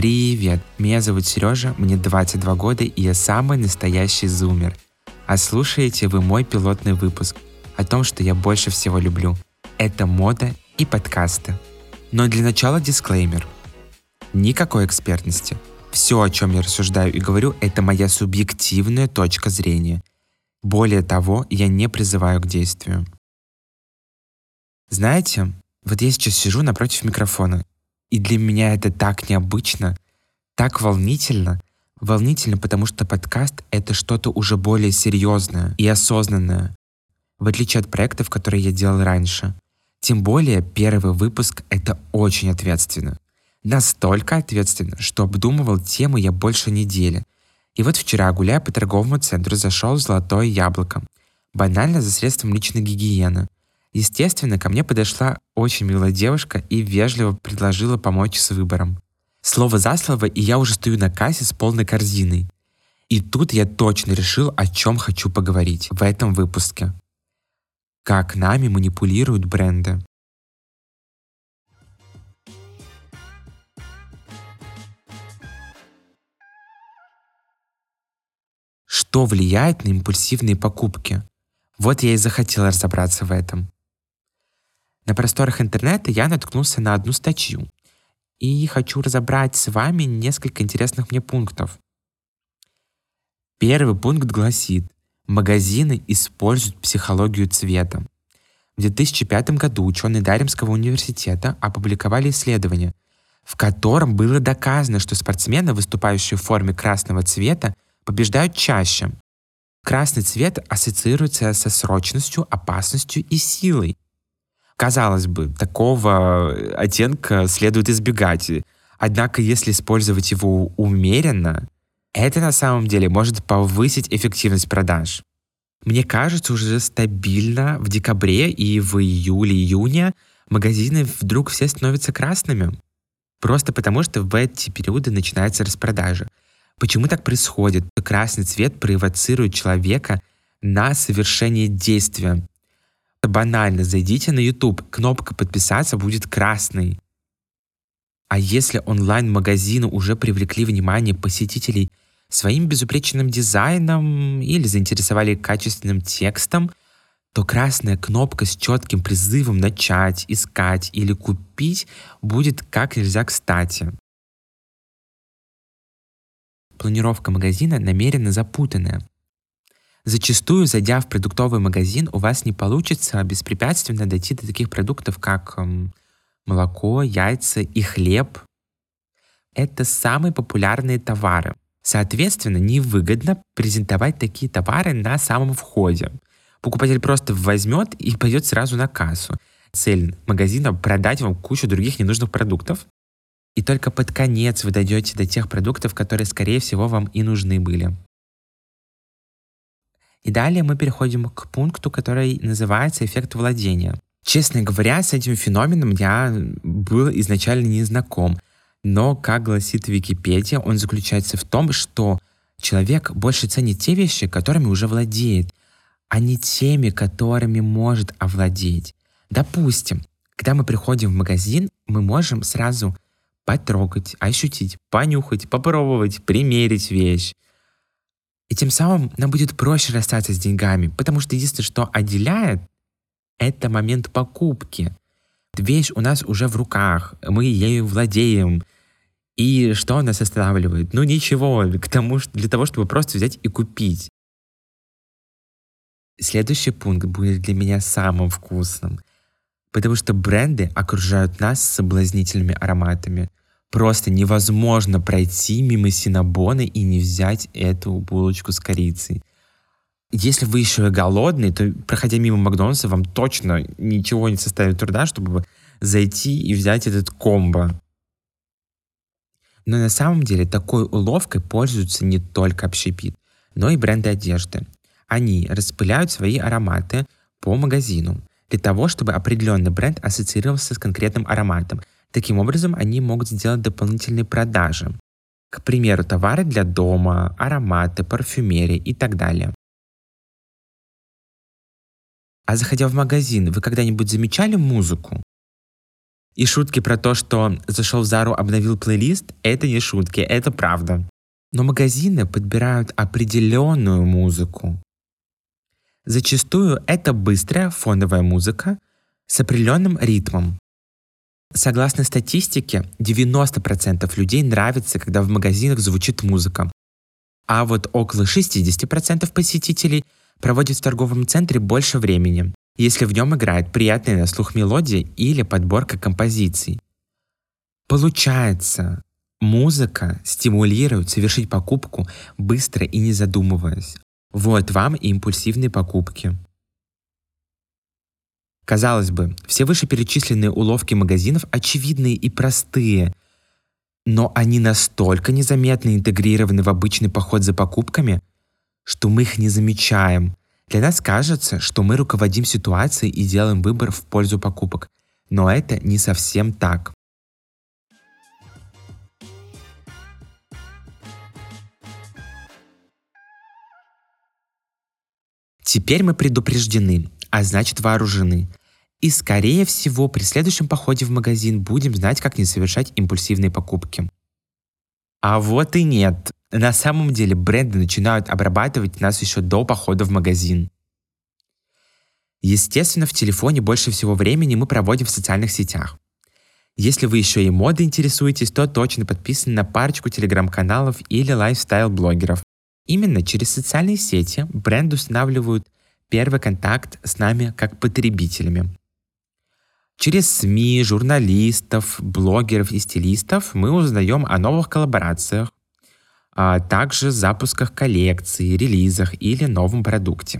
Привет, меня зовут Сережа, мне 22 года, и я самый настоящий зумер. А слушаете вы мой пилотный выпуск о том, что я больше всего люблю. Это мода и подкасты. Но для начала дисклеймер. Никакой экспертности. Все, о чем я рассуждаю и говорю, это моя субъективная точка зрения. Более того, я не призываю к действию. Знаете, вот я сейчас сижу напротив микрофона, и для меня это так необычно, так волнительно. Волнительно, потому что подкаст — это что-то уже более серьезное и осознанное, в отличие от проектов, которые я делал раньше. Тем более, первый выпуск — это очень ответственно. Настолько ответственно, что обдумывал тему я больше недели. И вот вчера, гуляя по торговому центру, зашел в «Золотое яблоко». Банально за средством личной гигиены. Естественно, ко мне подошла очень милая девушка и вежливо предложила помочь с выбором. Слово за слово, и я уже стою на кассе с полной корзиной. И тут я точно решил, о чем хочу поговорить в этом выпуске. Как нами манипулируют бренды. Что влияет на импульсивные покупки? Вот я и захотел разобраться в этом. На просторах интернета я наткнулся на одну статью и хочу разобрать с вами несколько интересных мне пунктов. Первый пункт гласит: магазины используют психологию цвета. В 2005 году ученые Даремского университета опубликовали исследование, в котором было доказано, что спортсмены, выступающие в форме красного цвета, побеждают чаще. Красный цвет ассоциируется со срочностью, опасностью и силой. Казалось бы, такого оттенка следует избегать. Однако, если использовать его умеренно, это на самом деле может повысить эффективность продаж. Мне кажется, уже стабильно в декабре и в июле-июне магазины вдруг все становятся красными. Просто потому, что в эти периоды начинается распродажа. Почему так происходит? Красный цвет провоцирует человека на совершение действия. Банально, зайдите на YouTube, кнопка «Подписаться» будет красной. А если онлайн-магазины уже привлекли внимание посетителей своим безупречным дизайном или заинтересовали качественным текстом, то красная кнопка с четким призывом начать, искать или купить будет как нельзя кстати. Планировка магазина намеренно запутанная. Зачастую, зайдя в продуктовый магазин, у вас не получится беспрепятственно дойти до таких продуктов, как молоко, яйца и хлеб. Это самые популярные товары. Соответственно, невыгодно презентовать такие товары на самом входе. Покупатель просто возьмет и пойдет сразу на кассу. Цель магазина — продать вам кучу других ненужных продуктов. И только под конец вы дойдете до тех продуктов, которые, скорее всего, вам и нужны были. И далее мы переходим к пункту, который называется «эффект владения». Честно говоря, с этим феноменом я был изначально не знаком. Но, как гласит Википедия, он заключается в том, что человек больше ценит те вещи, которыми уже владеет, а не теми, которыми может овладеть. Допустим, когда мы приходим в магазин, мы можем сразу потрогать, ощутить, понюхать, попробовать, примерить вещь. И тем самым нам будет проще расстаться с деньгами, потому что единственное, что отделяет, это момент покупки. Вещь у нас уже в руках, мы ею владеем. И что нас останавливает? Ну ничего, для того, чтобы просто взять и купить. Следующий пункт будет для меня самым вкусным, потому что бренды окружают нас соблазнительными ароматами. Просто невозможно пройти мимо Синнабона и не взять эту булочку с корицей. Если вы еще и голодный, то, проходя мимо Макдональдса, вам точно ничего не составит труда, чтобы зайти и взять этот комбо. Но на самом деле такой уловкой пользуются не только общепит, но и бренды одежды. Они распыляют свои ароматы по магазину для того, чтобы определенный бренд ассоциировался с конкретным ароматом. Таким образом, они могут сделать дополнительные продажи. К примеру, товары для дома, ароматы, парфюмерия и так далее. А заходя в магазин, вы когда-нибудь замечали музыку? И шутки про то, что зашел в Зару, обновил плейлист, это не шутки, это правда. Но магазины подбирают определенную музыку. Зачастую это быстрая фоновая музыка с определенным ритмом. Согласно статистике, 90% людей нравится, когда в магазинах звучит музыка. А вот около 60% посетителей проводят в торговом центре больше времени, если в нем играет приятная на слух мелодия или подборка композиций. Получается, музыка стимулирует совершить покупку быстро и не задумываясь. Вот вам и импульсивные покупки. Казалось бы, все вышеперечисленные уловки магазинов очевидные и простые, но они настолько незаметно интегрированы в обычный поход за покупками, что мы их не замечаем. Для нас кажется, что мы руководим ситуацией и делаем выбор в пользу покупок, но это не совсем так. Теперь мы предупреждены, а значит вооружены. И, скорее всего, при следующем походе в магазин будем знать, как не совершать импульсивные покупки. А вот и нет. На самом деле бренды начинают обрабатывать нас еще до похода в магазин. Естественно, в телефоне больше всего времени мы проводим в социальных сетях. Если вы еще и модой интересуетесь, то точно подписаны на парочку телеграм-каналов или лайфстайл-блогеров. Именно через социальные сети бренды устанавливают первый контакт с нами как потребителями. Через СМИ, журналистов, блогеров и стилистов мы узнаем о новых коллаборациях, а также запусках коллекций, релизах или новом продукте.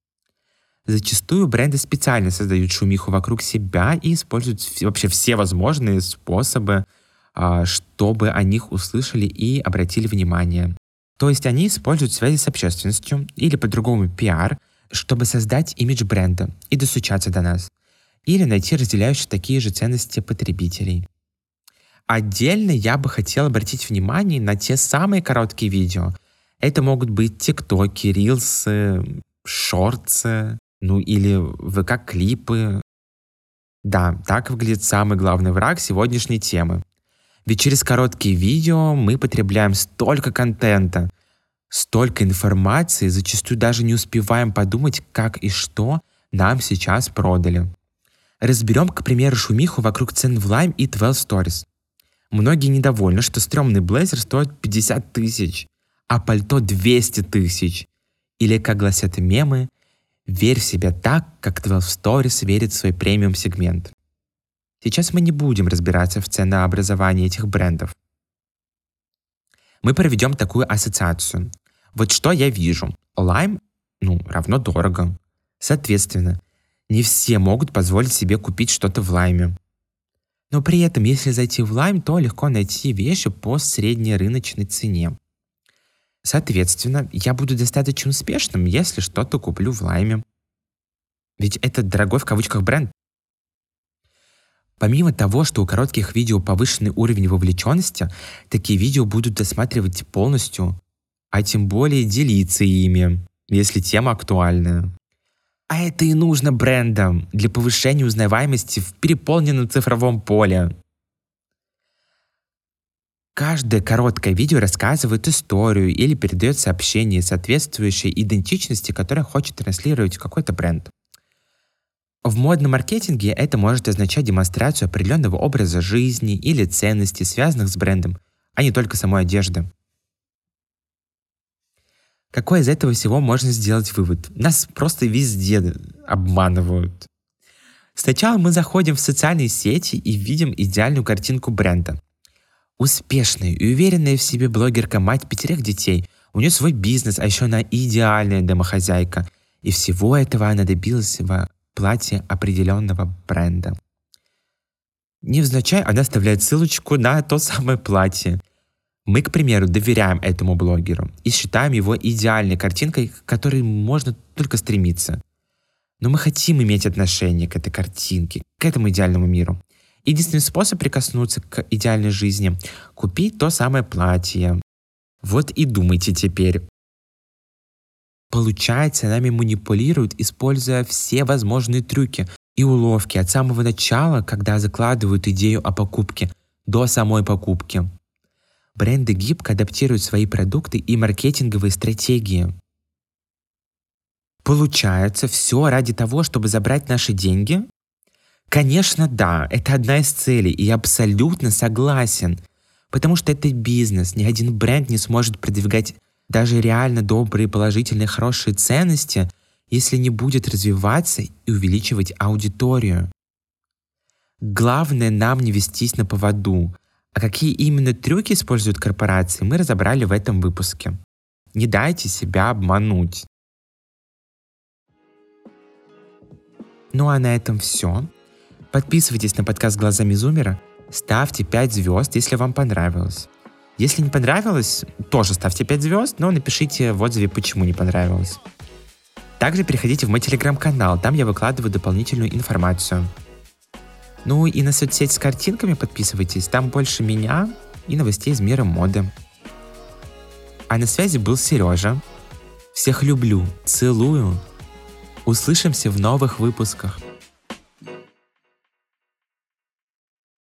Зачастую бренды специально создают шумиху вокруг себя и используют вообще все возможные способы, чтобы о них услышали и обратили внимание. То есть они используют связи с общественностью или по-другому пиар, чтобы создать имидж бренда и достучаться до нас, или найти разделяющие такие же ценности потребителей. Отдельно я бы хотел обратить внимание на те самые короткие видео. Это могут быть тиктоки, рилсы, шортсы, или ВК-клипы. Да, так выглядит самый главный враг сегодняшней темы. Ведь через короткие видео мы потребляем столько контента, столько информации, зачастую даже не успеваем подумать, как и что нам сейчас продали. Разберем, к примеру, шумиху вокруг цен в Lime и 12 Stories. Многие недовольны, что стрёмный блейзер стоит 50 тысяч, а пальто 200 тысяч. Или, как гласят мемы, верь в себя так, как 12 Stories верит в свой премиум-сегмент. Сейчас мы не будем разбираться в ценообразовании этих брендов. Мы проведем такую ассоциацию. Вот что я вижу. Lime, равно дорого. Соответственно, не все могут позволить себе купить что-то в Lime. Но при этом, если зайти в Lime, то легко найти вещи по средней рыночной цене. Соответственно, я буду достаточно успешным, если что-то куплю в Lime. Ведь это дорогой в кавычках бренд. Помимо того, что у коротких видео повышенный уровень вовлеченности, такие видео будут досматривать полностью, а тем более делиться ими, если тема актуальная. А это и нужно брендам для повышения узнаваемости в переполненном цифровом поле. Каждое короткое видео рассказывает историю или передает сообщение, соответствующее идентичности, которое хочет транслировать какой-то бренд. В модном маркетинге это может означать демонстрацию определенного образа жизни или ценностей, связанных с брендом, а не только самой одежды. Какой из этого всего можно сделать вывод? Нас просто везде обманывают. Сначала мы заходим в социальные сети и видим идеальную картинку бренда. Успешная и уверенная в себе блогерка-мать 5 детей. У нее свой бизнес, а еще она идеальная домохозяйка. И всего этого она добилась в платье определенного бренда. Невзначай она оставляет ссылочку на то самое платье. Мы, к примеру, доверяем этому блогеру и считаем его идеальной картинкой, к которой можно только стремиться. Но мы хотим иметь отношение к этой картинке, к этому идеальному миру. Единственный способ прикоснуться к идеальной жизни — купить то самое платье. Вот и думайте теперь. Получается, нами манипулируют, используя все возможные трюки, и уловки от самого начала, когда закладывают идею о покупке, до самой покупки. Бренды гибко адаптируют свои продукты и маркетинговые стратегии. Получается, все ради того, чтобы забрать наши деньги? Конечно, да, это одна из целей, и я абсолютно согласен. Потому что это бизнес, ни один бренд не сможет продвигать даже реально добрые, положительные, хорошие ценности, если не будет развиваться и увеличивать аудиторию. Главное нам не вестись на поводу. А какие именно трюки используют корпорации, мы разобрали в этом выпуске. Не дайте себя обмануть. Ну а на этом все. Подписывайтесь на подкаст «Глазами зумера», ставьте 5 звезд, если вам понравилось. Если не понравилось, тоже ставьте 5 звезд, но напишите в отзыве, почему не понравилось. Также переходите в мой телеграм-канал, там я выкладываю дополнительную информацию. Ну и на соцсеть с картинками подписывайтесь, там больше меня и новостей из мира моды. А на связи был Сережа. Всех люблю, целую. Услышимся в новых выпусках.